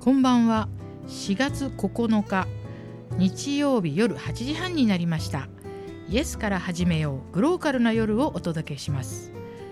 こんばんは。4月9日日曜日夜8時半になりました。イエスから始めようグローカルな夜をお届けします。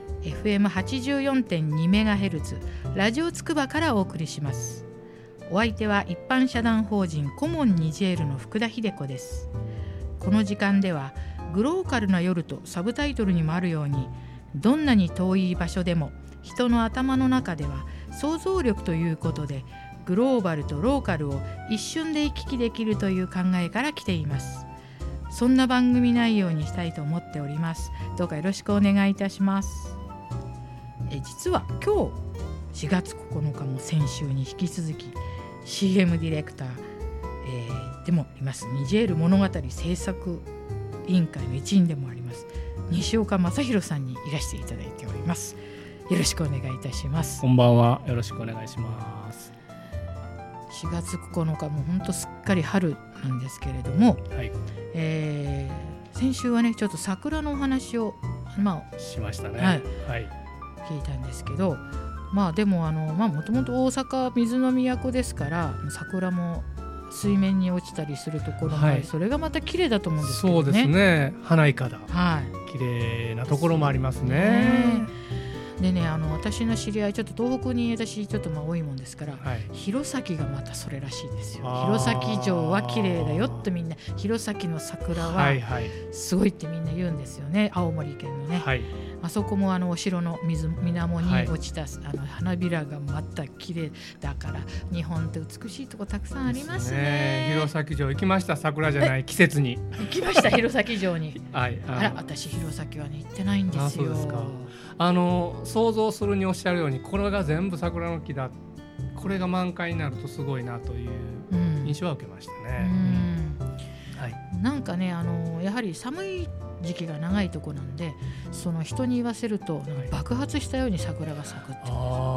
FM84.2MHz ラジオつくばからお送りします。お相手は一般社団法人コモンニジェールの福田秀子です。この時間ではグローカルな夜とサブタイトルにもあるように、どんなに遠い場所でも人の頭の中では想像力ということでグローバルとローカルを一瞬で行き来できるという考えから来ています。そんな番組内容にしたいと思っております。どうかよろしくお願いいたします。実は今日4月9日も先週に引き続き CM ディレクター、でもいますニジェール物語制作委員会の一員でもあります西岡正弘さんにいらしていただいております。よろしくお願いいたします。 こんばんは、よろしくお願いします。 4月9日も本当すっかり春なんですけれども、 はい、 先週はねちょっと桜のお話を、 しましたね。 はいはい、 聞いたんですけど、でももともと大阪水の都ですから桜も水面に落ちたりするところも、それがまた綺麗だと思うんですけどね。 そうですね、花いかだ、綺麗なところもありますね。 でね、私の知り合いちょっと東北に私ちょっと多いもんですから、弘前がまたそれらしいですよ。弘前城は綺麗だよってみんな、弘前の桜はすごいってみんな言うんですよね。青森県のね、あそこもお城の水面に落ちた、花びらがまた綺麗だから、日本って美しいとこたくさんありますね。 弘前城行きました。桜じゃない季節に行きました弘前城にあら私弘前は、ね、行ってないんですよ。 そうですか。想像するにおっしゃるように、これが全部桜の木だ、これが満開になるとすごいなという印象は受けましたね。なんかね、やはり寒い時期が長いとこなんで、その人に言わせると爆発したように桜が咲くって、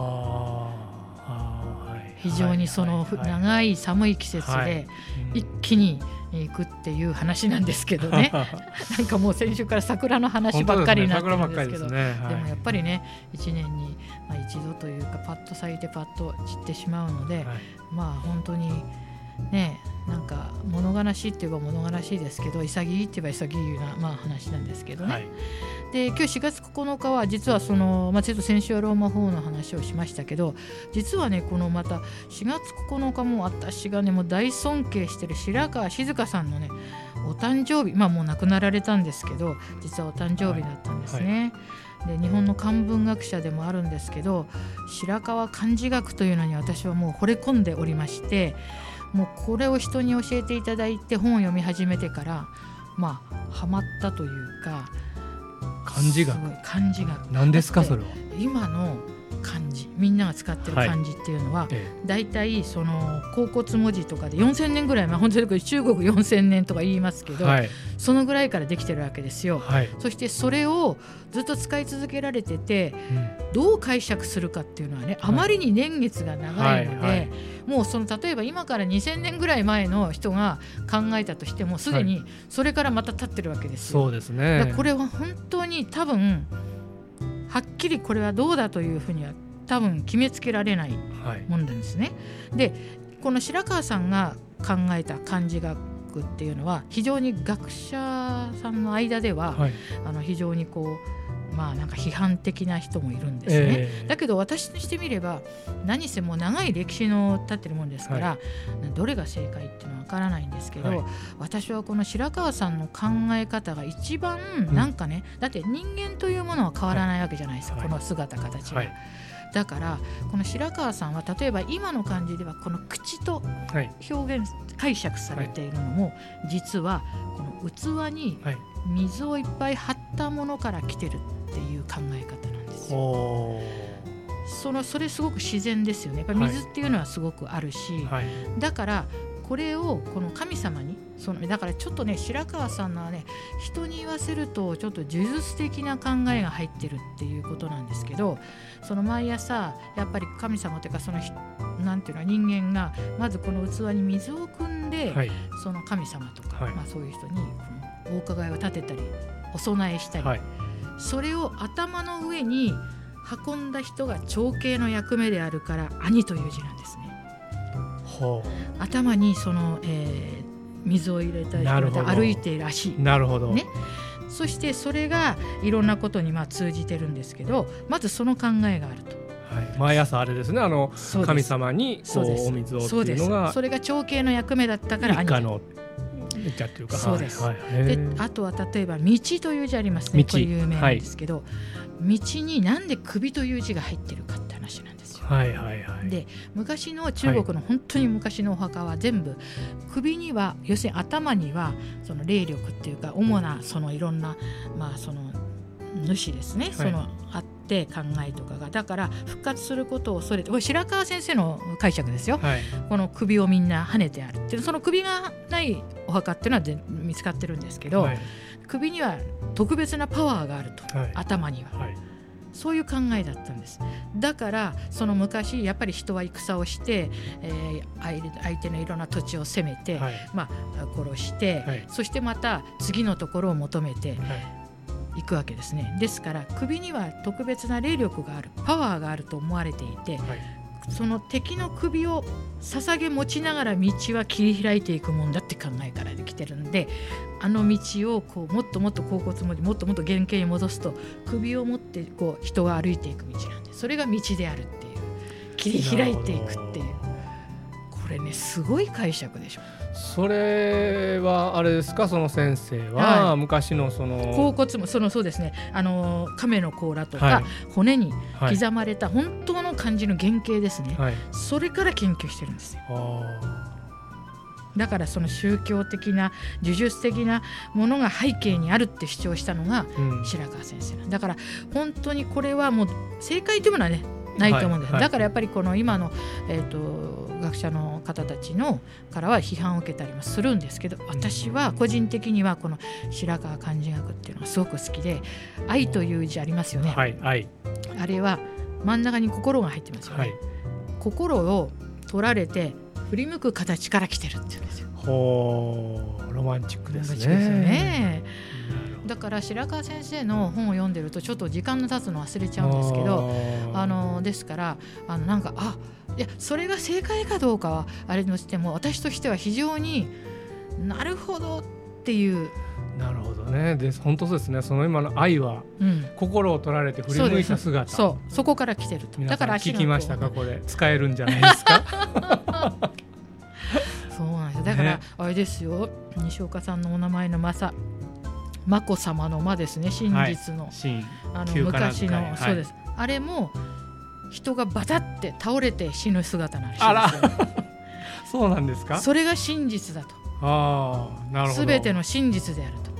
非常にその長い寒い季節で一気に行くっていう話なんですけどねなんかもう先週から桜の話ばっかりになってるんですけど、でもやっぱりね1年に一度というかパッと咲いてパッと散ってしまうので、本当にね、なんか物悲しいって言えば物悲しいですけど、潔いって言えば潔いような、話なんですけどね。で今日4月9日は実はその、ちょっと先週はローマ法の話をしましたけど、実はねこのまた4月9日も私がねもう大尊敬してる白川静香さんのねお誕生日、もう亡くなられたんですけど、実はお誕生日だったんですね。で日本の漢文学者でもあるんですけど、白川漢字学というのに私はもう惚れ込んでおりまして、もうこれを人に教えていただいて本を読み始めてからハマったというか。 漢字学何ですかそれは。 今の漢字、みんなが使ってる漢字っていうのは、だいたいその甲骨文字とかで4000年ぐらい、本当に中国4000年とか言いますけど、そのぐらいからできてるわけですよ。そしてそれをずっと使い続けられてて、どう解釈するかっていうのはね、あまりに年月が長いので、もうその例えば今から2000年ぐらい前の人が考えたとしても、すでにそれからまた経ってるわけですよ。 そうですね。 だからこれは本当に多分はっきりこれはどうだというふうには多分決めつけられないもんなんですね。でこの白川さんが考えた漢字学っていうのは非常に学者さんの間では、非常になんか批判的な人もいるんですね。だけど私にしてみれば何せもう長い歴史の経ってるもんですから、どれが正解っていうのは分からないんですけど、私はこの白川さんの考え方が一番なんかね、だって人間というものは変わらないわけじゃないですか、この姿形は。だからこの白川さんは例えば今の漢字ではこの口と表現、解釈されているのも、実はこの器に水をいっぱい張ったものから来てるっていう考え方なんですよ。それすごく自然ですよね。やっぱり水っていうのはすごくあるし、だからこれをこの神様にだからちょっとね白川さんのはね、人に言わせるとちょっと呪術的な考えが入ってるっていうことなんですけど、その毎朝やっぱり神様というかなんていうの人間がまずこの器に水を汲んで、その神様とか、そういう人にお伺いを立てたりお供えしたり、それを頭の上に運んだ人が長兄の役目であるから兄という字なんですね。 頭にその、水を入れたり歩いている足、 なるほど、 ね、そしてそれがいろんなことに通じてるんですけど、まずその考えがあると、 毎朝あれですね、神様にお水をっていうのがそれが長兄の役目だったから一家のっていうか、 そうです、であとは例えば道という字ありますね、これ有名なんですけど、道になんで首という字が入ってるかって話なんですよ。で昔の中国の本当に昔のお墓は全部首には、要するに頭にはその霊力っていうか主なそのいろんなその主ですね、そのあって考えとかが、だから復活することを恐れて、これ白川先生の解釈ですよ、この首をみんな跳ねてあるっていう、その首がないお墓っていうのは見つかってるんですけど、首には特別なパワーがあると、頭には、そういう考えだったんです。だからその昔やっぱり人は戦をして、相手のいろんな土地を攻めて、殺して、そしてまた次のところを求めて、行くわけですね。ですから首には特別な霊力がある、パワーがあると思われていて、その敵の首を捧げ持ちながら道は切り開いていくもんだって考えからできてるんで、あの道をもっともっと甲骨文字もっともっと原型に戻すと、首を持って人が歩いていく道なんで、それが道であるっていう、切り開いていくっていう、これねすごい解釈でしょ。 それはあれですか、その先生は昔のその甲骨文、そうですね、亀の甲羅とか骨に刻まれた本当の漢字の原型ですね、それから研究してるんですよ。だからその宗教的な呪術的なものが背景にあるって主張したのが白川先生なんだから、本当にこれはもう正解というものはねないと思うんです、だからやっぱりこの今の、学者の方たちのからは批判を受けたりもするんですけど、私は個人的にはこの白川漢字学っていうのがすごく好きで、愛という字ありますよね、あれは真ん中に心が入ってますよね、心を取られて振り向く形から来てるっていうんですよ。 ロマンチックですね。 ロマンチックですよね。だから白川先生の本を読んでるとちょっと時間の経つの忘れちゃうんですけど、ですからなんかいやそれが正解かどうかはあれにしても、私としては非常になるほどっていう。 なるほどね。で本当そうですね。その今の愛は、心を取られて振り向いた姿、 そこから来てると。 だから聞きましたか、これ使えるんじゃないですか。 そうなんです。だからあれですよ、西岡さんのお名前の眞子さまの間ですね、真実の、昔の、そうです。あれも人がバタって倒れて死ぬ姿なんですよ。 そうなんですか。 それが真実だと。 なるほど。 全ての真実であると。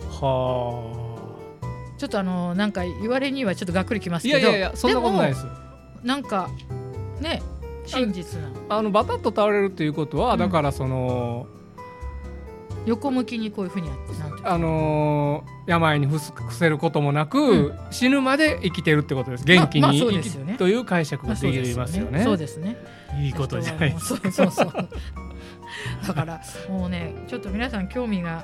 ちょっとなんか言われにはちょっとがっくりきますけど、 いやそんなことないです。 なんかね、真実なバタッと倒れるということは、だからその横向きにこういうふうにやって、 病に伏せることもなく、死ぬまで生きてるってことです。元気に生きるという解釈ができますよね。 そうですね。 いいことじゃないですか。 そうだからもうね、ちょっと皆さん興味が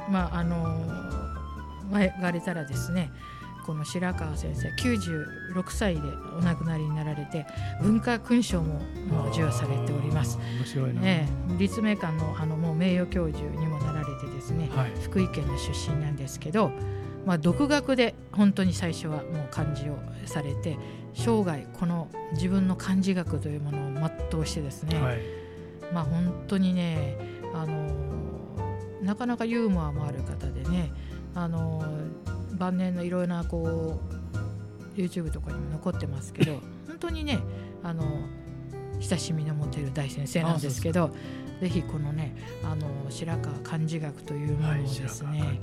湧かれたらですね、この白川先生96歳でお亡くなりになられて、文化勲章も授与されております。 面白いな。 立命館のもう名誉教授にもなられてですね、福井県の出身なんですけど、独学で本当に最初はもう漢字をされて、生涯この自分の漢字学というものを全うしてですね、本当にね、なかなかユーモアもある方でね、晩年のいろいろなYouTube とかにも残ってますけど、本当にね親しみの持てる大先生なんですけど、ぜひこのね白川漢字学というものをですね、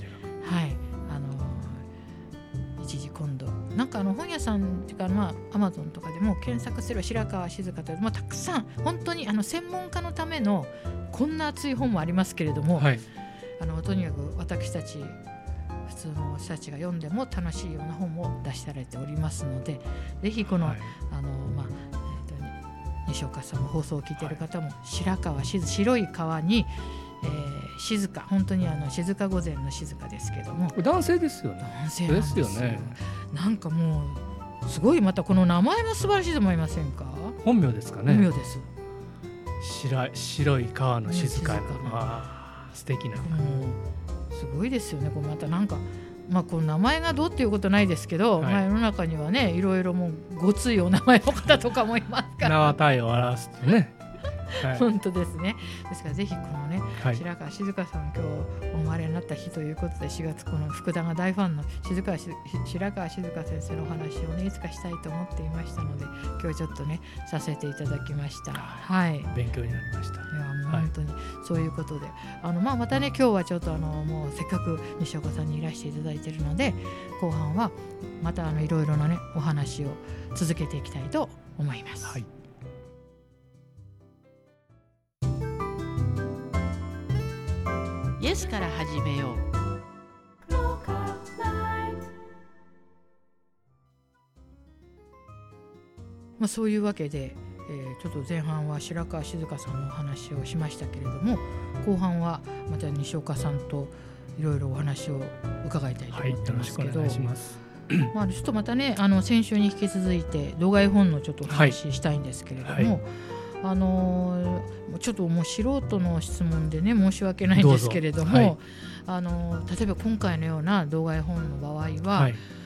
一時今度なんか本屋さんっていうかAmazon とかでも検索すれば白川静香という、たくさん本当に専門家のためのこんな厚い本もありますけれども、とにかく私たち普通の人たちが読んでも楽しいような本も出されておりますので、ぜひこの、西岡さんの放送を聞いている方も、白川白い川に、静か、本当に静か御前の静かですけども、 男性ですよね。 男性なんですよね。なんかもうすごい、またこの名前も素晴らしいと思いませんか。 本名ですかね。 本名です。 白い川の静かな、素敵な、 すごいですよね。これまたなんか、この名前がどうっていうことないですけど、世の中にはねいろいろもうごついお名前の方とかもいますから、 名は体を表すとね本当ですね。ですからぜひこのね、白川静香さん今日お生まれになった日ということで、4月この福田が大ファンの白川静香先生のお話をねいつかしたいと思っていましたので、今日ちょっとねさせていただきました。 勉強になりました。 いやもう本当にそういうことで、またね今日はちょっともうせっかく西岡さんにいらしていただいているので、後半はまたいろいろなねお話を続けていきたいと思います。 イエスから始めよう。そういうわけで、ちょっと前半は白川静香さんのお話をしましたけれども、後半はまた西岡さんといろいろお話を伺いたいと思ってますけど、 よろしくお願いします。 ちょっとまたね先週に引き続いて動画絵本のちょっとお話ししたいんですけれども、ちょっともう素人の質問でね申し訳ないんですけれども、例えば今回のような動画絵本の場合は、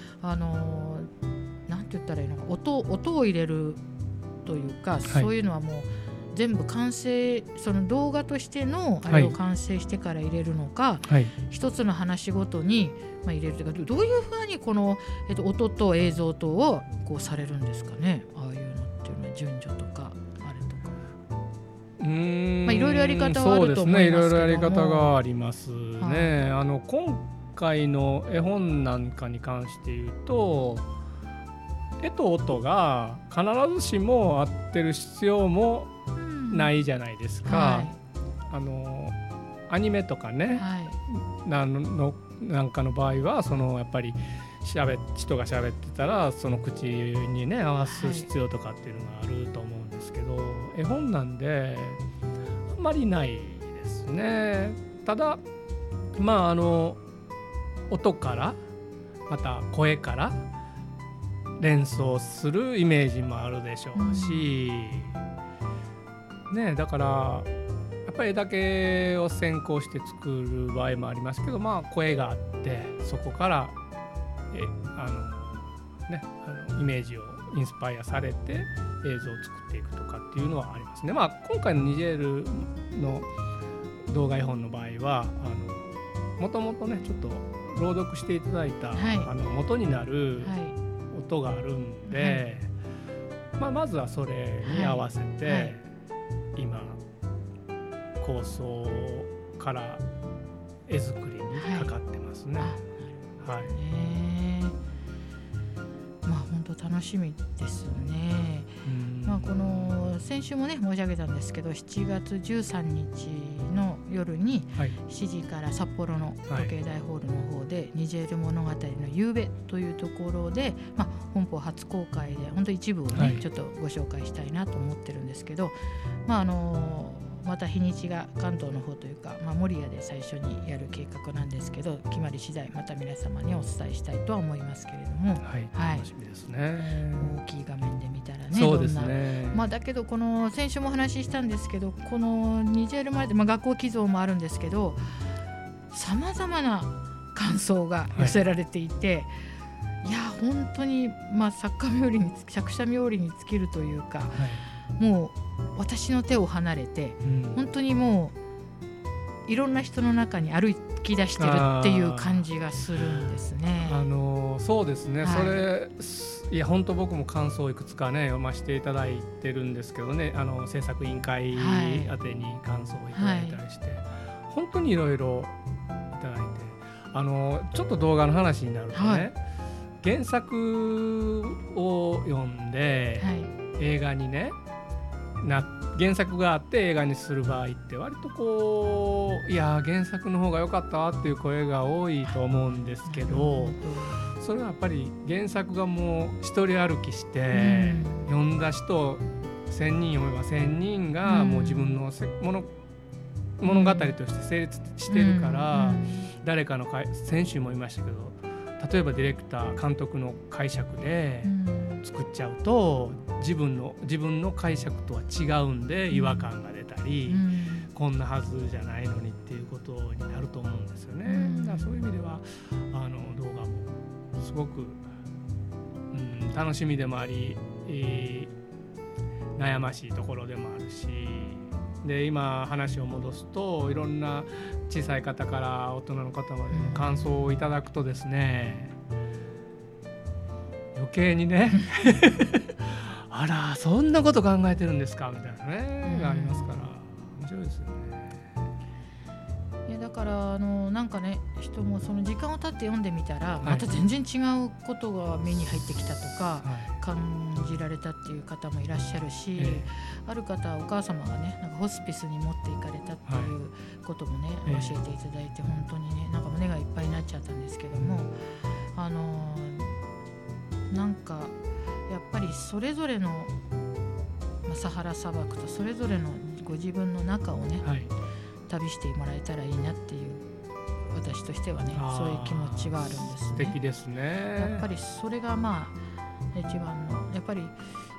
なんて言ったらいいのか、音を入れるというか、そういうのはもう全部完成、その動画としてのあれを完成してから入れるのか、一つの話ごとに入れるというか、どういうふうにこの、音と映像等をこうされるんですかね。ああいうのっていうのは順序とかあれとか、いろいろやり方はあると思いますけども、 いろいろやり方がありますね。今回の絵本なんかに関して言うと、絵と音が必ずしも合ってる必要もないじゃないですか。アニメとかね、なんかの場合はやっぱり人が喋ってたらその口にね合わす必要とかっていうのがあると思うんですけど、絵本なんであんまりないですね。ただ音からまた声から連想するイメージもあるでしょうし、だからやっぱり絵だけを先行して作る場合もありますけど、声があってそこからイメージをインスパイアされて映像を作っていくとかっていうのはありますね。今回のニジェールの動画絵本の場合はもともとねちょっと朗読していただいた、元になる音があるんで、まずはそれに合わせて、今構想から絵作りにかかってますね。 本当楽しみですね。この先週もね申し上げたんですけど、7月13日の夜に7時から札幌の時計台ホールの方でニジェール物語の夕べというところで、本邦初公開で本当一部をね、ちょっとご紹介したいなと思ってるんですけど、また日にちが関東の方というか、守谷で最初にやる計画なんですけど、決まり次第また皆様にお伝えしたいとは思いますけれども、 楽しみですね。 大きい画面で見たらね、 そうですね。 だけどこの先週もお話ししたんですけど、このニジェールまで、学校寄贈もあるんですけど、さまざまな感想が寄せられていて、いや本当に作者冥利に尽きるというか、もう私の手を離れて、本当にもういろんな人の中に歩き出してるっていう感じがするんですね。 そうですね、それいや本当僕も感想をいくつかね読ませていただいてるんですけどね、制作委員会宛てに感想をいただいたりして、本当にいろいろいただいて、ちょっと動画の話になるとね、原作を読んで、映画にね原作があって映画にする場合って割といや原作の方が良かったっていう声が多いと思うんですけど、それはやっぱり原作がもう一人歩きして、読んだ人1000人読めば1000人がもう自分の物語として成立してるから、誰かの先週も言いましたけど、例えばディレクター監督の解釈で作っちゃうと自分の解釈とは違うんで違和感が出たり、こんなはずじゃないのにっていうことになると思うんですよね。だからそういう意味では動画もすごく、楽しみでもあり、悩ましいところでもあるし、で今話を戻すといろんな小さい方から大人の方までの感想をいただくとですね、余計にねあらそんなこと考えてるんですかみたいなね、がありますから面白いですよね。 いやだからなんかね、人もその時間を経って読んでみたら、また全然違うことが目に入ってきたとか、感じられたっていう方もいらっしゃるし、ある方はお母様がねなんかホスピスに持っていかれたっていうこともね、教えていただいて本当にねなんか胸がいっぱいになっちゃったんですけども、なんかやっぱりそれぞれのサハラ砂漠とそれぞれのご自分の中をね、旅してもらえたらいいなっていう、私としてはねそういう気持ちがあるんですね。 素敵ですね。 やっぱりそれが一番のやっぱり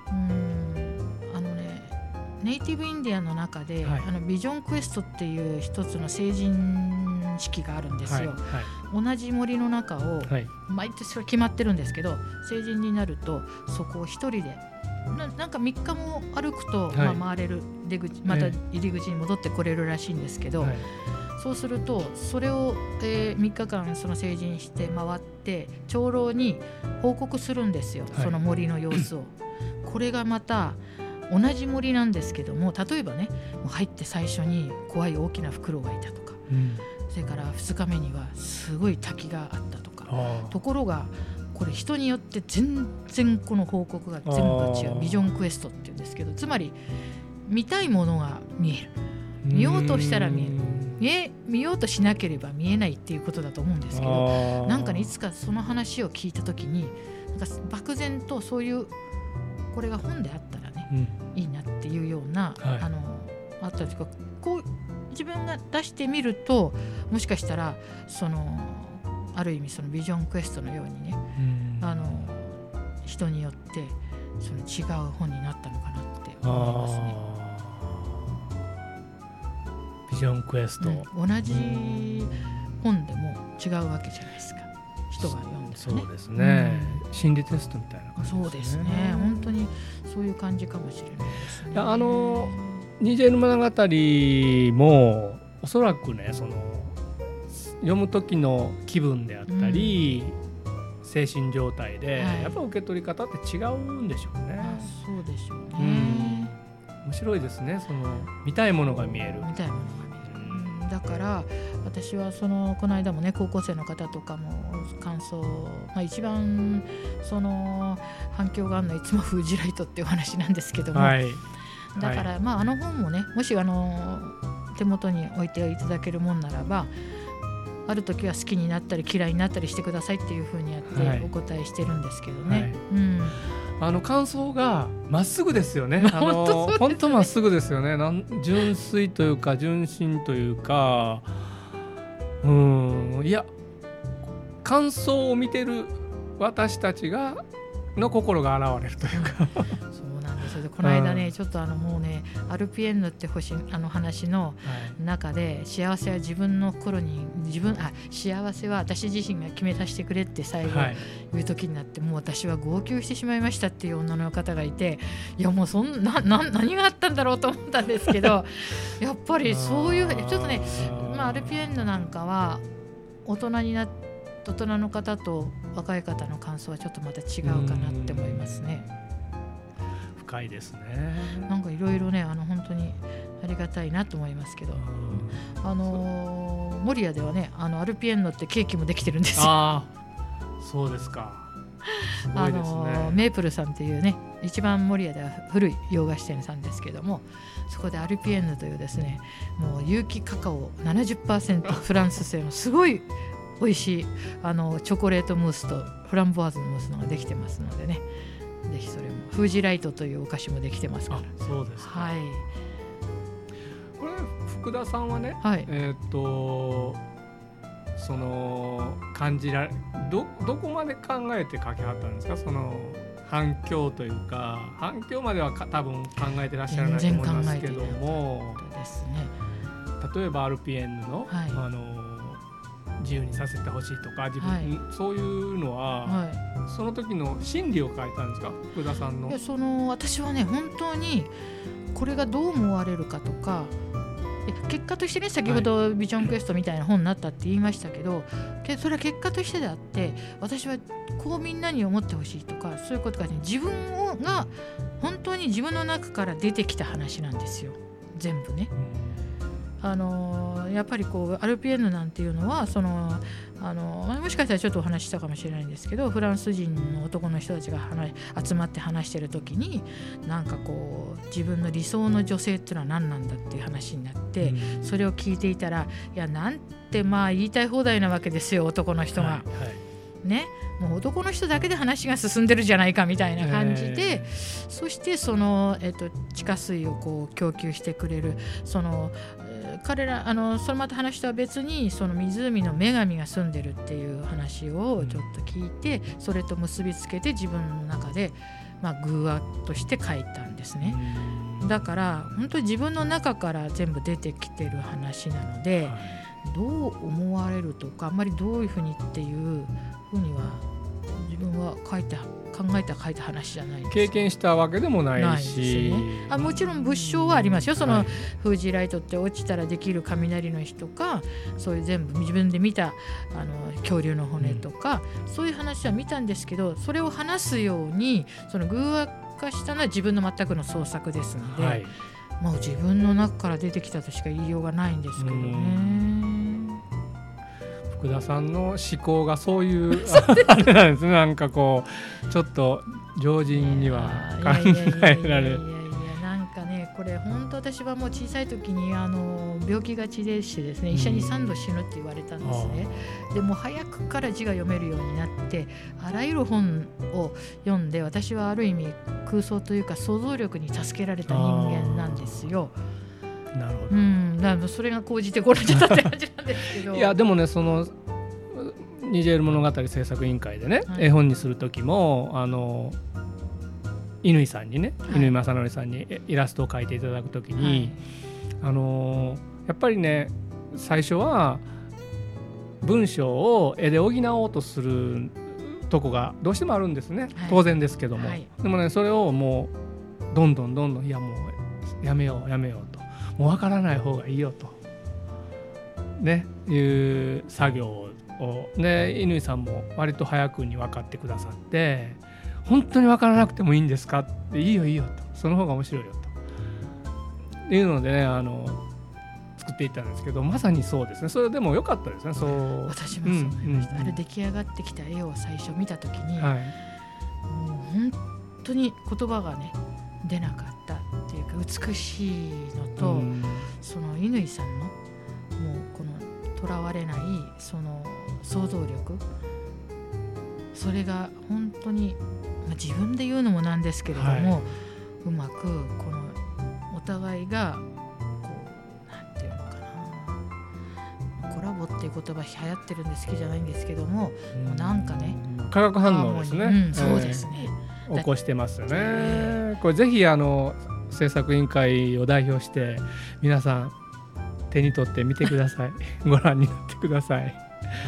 ネイティブインディアンの中で、ビジョンクエストっていう一つの成人式があるんですよ。同じ森の中を、毎年それ決まってるんですけど、成人になるとそこを一人でなんか3日も歩くと、回れる出口、また入り口に戻ってこれるらしいんですけど、そうするとそれを、3日間その成人して回って長老に報告するんですよ、その森の様子をこれがまた同じ森なんですけども、例えばね入って最初に怖い大きなフクロウがいたとか、それから2日目にはすごい滝があったとか、ところがこれ人によって全然この報告が全部違う。ビジョンクエストっていうんですけど、つまり見たいものが見える、見ようとしたら見える、見ようとしなければ見えないっていうことだと思うんですけど、なんかねいつかその話を聞いた時になんか漠然とそういうこれが本であったらね、いいなっていうような、あったというか、こう自分が出してみるともしかしたらある意味そのビジョンクエストのようにね、人によってその違う本になったのかなって思いますね。 ビジョンクエスト、 同じ本でも違うわけじゃないですか、人が読んでるね。 そうですね、心理テストみたいな感じですね。 そうですね、本当にそういう感じかもしれないですね。 ニジェール物語もおそらくね、読む時の気分であったり、精神状態で、やっぱ受け取り方って違うんでしょうね。 そうでしょうね。 面白いですね。見たいものが見える。 見たいものが見える。だから私はこの間もね高校生の方とかも感想、一番反響があるのはいつもフージライトっていう話なんですけども、だから、あの本もねもし手元に置いていただけるもんならば、ある時は好きになったり嫌いになったりしてくださいっていうふうにやってお答えしてるんですけどね。 感想がまっすぐですよね。本当まっすぐですよね。純粋というか純真というか、いや感想を見てる私たちの心が現れるというかそうなんですよ。この間ねちょっともうねアルピエンヌって話の中で、幸せは自分の頃に幸せは私自身が決めさせてくれって最後言う時になって、もう私は号泣してしまいましたっていう女の方がいて、いやもう何があったんだろうと思ったんですけどやっぱりそういうちょっとね、アルピエンヌなんかは大人の方と若い方の感想はちょっとまた違うかなって思いますね。 深いですね。 なんかいろいろね本当にありがたいなと思いますけど、守谷ではねアルピエンノってケーキもできてるんですよ。 そうですか。すごいですね。 メープルさんっていうね一番守谷では古い洋菓子店さんですけども、そこでアルピエンヌというですねもう有機カカオ 70% フランス製のすごい美味しいチョコレートムースとフランボワーズのムースのができてますのでね、ぜひそれもフージライトというお菓子もできてますから。 そうですか。これ福田さんはね、感じられどこまで考えて書きはったんですか。 反響というか、反響までは多分考えてらっしゃらないと思いますけども、 ですね、 例えば RPN の、自由にさせてほしいとか自分、そういうのは、その時の心理を書いたんですか、福田さんの。 私はね、本当にこれがどう思われるかとか、結果としてね、先ほどビジョンクエストみたいな本になったって言いましたけど、それは結果としてであって、私はこうみんなに思ってほしいとか、そういうことがね、自分が本当に自分の中から出てきた話なんですよ、全部ね。やっぱりこう RPN なんていうのはもしかしたらちょっとお話ししたかもしれないんですけど、フランス人の男の人たちが集まって話してる時に、なんかこう自分の理想の女性っていうのは何なんだっていう話になって、それを聞いていたら、いやなんて言いたい放題なわけですよ、男の人が、ね、もう男の人だけで話が進んでるじゃないかみたいな感じで、そして地下水をこう供給してくれる彼らそれまた話とは別に、その湖の女神が住んでるっていう話をちょっと聞いて、それと結びつけて自分の中で偶話として書いたんですね。だから本当に自分の中から全部出てきてる話なので、どう思われるとか、あんまりどういうふうにっていうふうには自分は考えて書いた話じゃないです。 経験したわけでもないし、 もちろん物証はありますよ。フージーライトって落ちたらできる雷の日とか、そういう全部自分で見た恐竜の骨とか、そういう話は見たんですけど、それを話すように偶話化したのは自分の全くの創作ですので、もう自分の中から出てきたとしか言いようがないんですけどね。 福田さんの思考がそういうあれなんですね。なんかこうちょっと常人には考えられる。 なんかね、これ本当私はもう小さい時に病気がちでしてですね、医者に3度死ぬって言われたんですね。でも早くから字が読めるようになって、あらゆる本を読んで、私はある意味空想というか想像力に助けられた人間なんですよ。 なるほど。 だからそれが高じてこられたって感じなんですけど。 いやでもね、ニジェール物語制作委員会でね、絵本にする時も乾さんにね、乾正則さんにイラストを描いていただく時に、やっぱりね、最初は文章を絵で補おうとするとこがどうしてもあるんですね、当然ですけども、でもね、それをもうどんどんいやもうやめようと、もう分からない方がいいよとね、いう作業をね、乾さんも割と早くに分かってくださって、本当に分からなくてもいいんですかって、いいよと、その方が面白いよというのでね、作っていったんですけど、まさにそうですね。それでも良かったですね。 私もそう思いました。あれ出来上がってきた絵を最初見た時に、もう本当に言葉がね出なかったっていうか、美しいのと、その乾さんのもうこのとらわれないその想像力、それが本当に、自分で言うのもなんですけれども、うまくこのお互いがこうなんていうのかな、コラボっていう言葉流行ってるんで好きじゃないんですけども、もうなんかね、 化学反応ですね。 そうですね、 起こしてますよね。これぜひ制作委員会を代表して皆さん手に取ってみてください。ご覧になってください。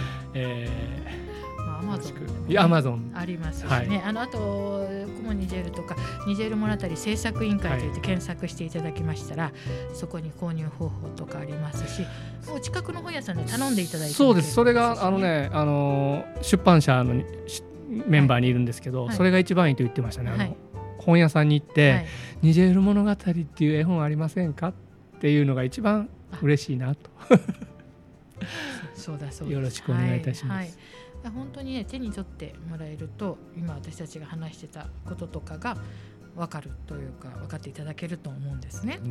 アマゾンありますしね、あとコモニジェールとかニジェール物語制作委員会といって検索していただきましたら、そこに購入方法とかありますし、もう近くの本屋さんで頼んでいただいて、 そうです。それが出版社のメンバーにいるんですけど、それが一番いいと言ってましたね。本屋さんに行って、ニジェール物語っていう絵本ありませんかっていうのが一番嬉しいなと。 そうだよろしくお願いいたします。 本当にね、手に取ってもらえると、今私たちが話してたこととかが分かるというか、分かっていただけると思うんですね。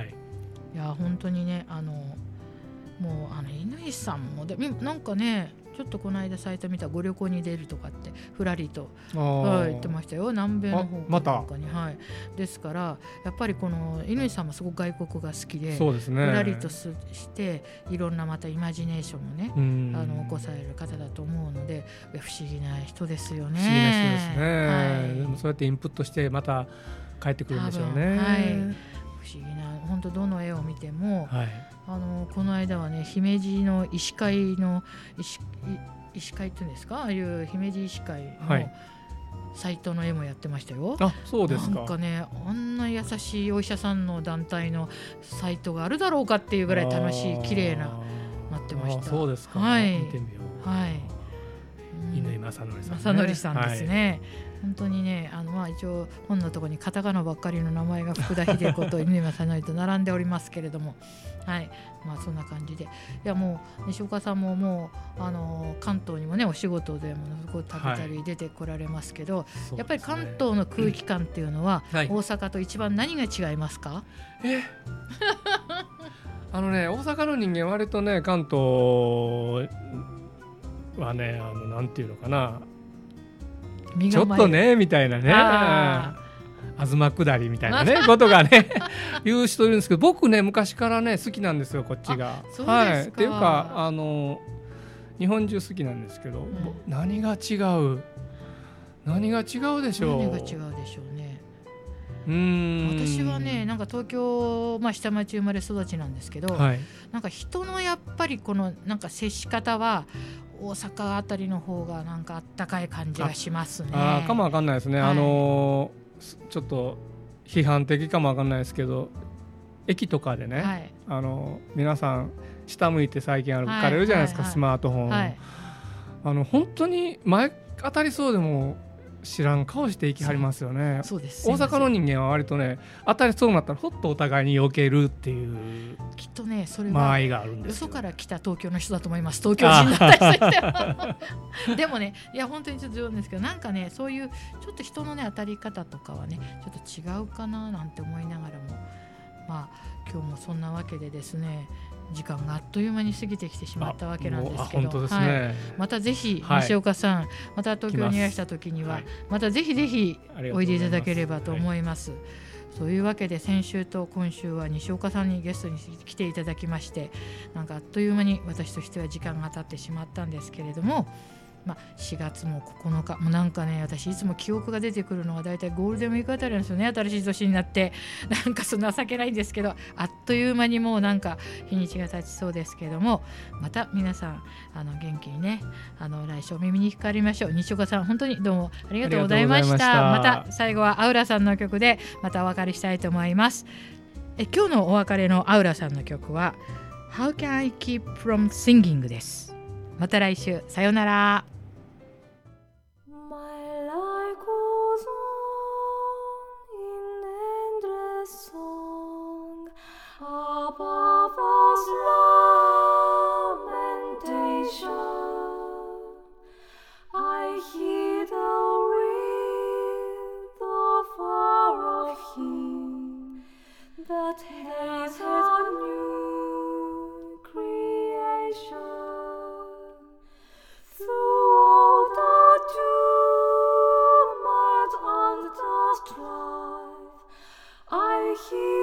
いや本当にね、もう乾さんもなんかね、 ちょっとこの間サイト見たご旅行に出るとかってふらりと、言ってましたよ。南米の方とかに、ですからやっぱりこの乾さんもすごく外国が好きで、 そうですね、 ふらりとしていろんなまたイマジネーションをね、起こされる方だと思うので、不思議な人ですよね。 不思議な人ですね、でもそうやってインプットしてまた帰ってくるんでしょうね。 不思議な、本当どの絵を見ても、この間はね、姫路の医師会の医師会っていうんですか、ああいう姫路医師会のサイトの絵もやってましたよ。 そうですか。 なんかね、あんな優しいお医者さんの団体のサイトがあるだろうかっていうぐらい楽しい綺麗ななってました。 そうですか、見てみよう。乾正則さん、 正則さんですね。本当にね、一応本のところにカタカナばっかりの名前が福田秀子と乾正則と並んでおりますけれども、そんな感じで、いやもう西岡さんももう関東にもねお仕事でもすごいたびたび出てこられますけど、やっぱり関東の空気感っていうのは、大阪と一番何が違いますか？ 大阪の人間割とね、関東はね、なんていうのかな、ちょっとねみたいなね、東下りみたいなねことがね言う人いるんですけど、僕ね昔からね好きなんですよ、こっちが。っていうか日本中好きなんですけど、何が違うでしょう。 何が違うでしょうね。私はね、なんか東京、下町生まれ育ちなんですけど、なんか人のやっぱりこのなんか接し方は大阪あたりの方がなんかあったかい感じがしますね。 かもわかんないですね。ちょっと批判的かもわかんないですけど、駅とかでね、皆さん下向いて最近歩かれるじゃないですか、スマートフォン。本当に前当たりそうでも知らん顔して行きはりますよね。 そうです。 大阪の人間は割とね、当たりそうになったらほっとお互いに避けるっていうきっとね、それは嘘から来た東京の人だと思います。東京人だったりしてはでもね、いや本当にちょっと冗談ですけど、なんかね、そういうちょっと人のね当たり方とかはねちょっと違うかななんて思いながらも、今日もそんなわけでですね、時間があっという間に過ぎてきてしまったわけなんですけど、またぜひ西岡さん、また東京にいらした時には、またぜひぜひおいでいただければと思います。そういうわけで先週と今週は西岡さんにゲストに来ていただきまして、なんかあっという間に私としては時間が経ってしまったんですけれども、4月も9日もうなんかね、私いつも記憶が出てくるのはだいたいゴールデンウィークあたりなんですよね。新しい年になってなんかそんな情けないんですけど、あっという間にもうなんか日にちが経ちそうですけども、また皆さん元気にね来週お耳にかかりましょう。西岡さん本当にどうもありがとうございました。また最後はアウラさんの曲でまたお別れしたいと思います。今日のお別れのアウラさんの曲は How Can I Keep From Singing です。また来週、さようなら。 I hear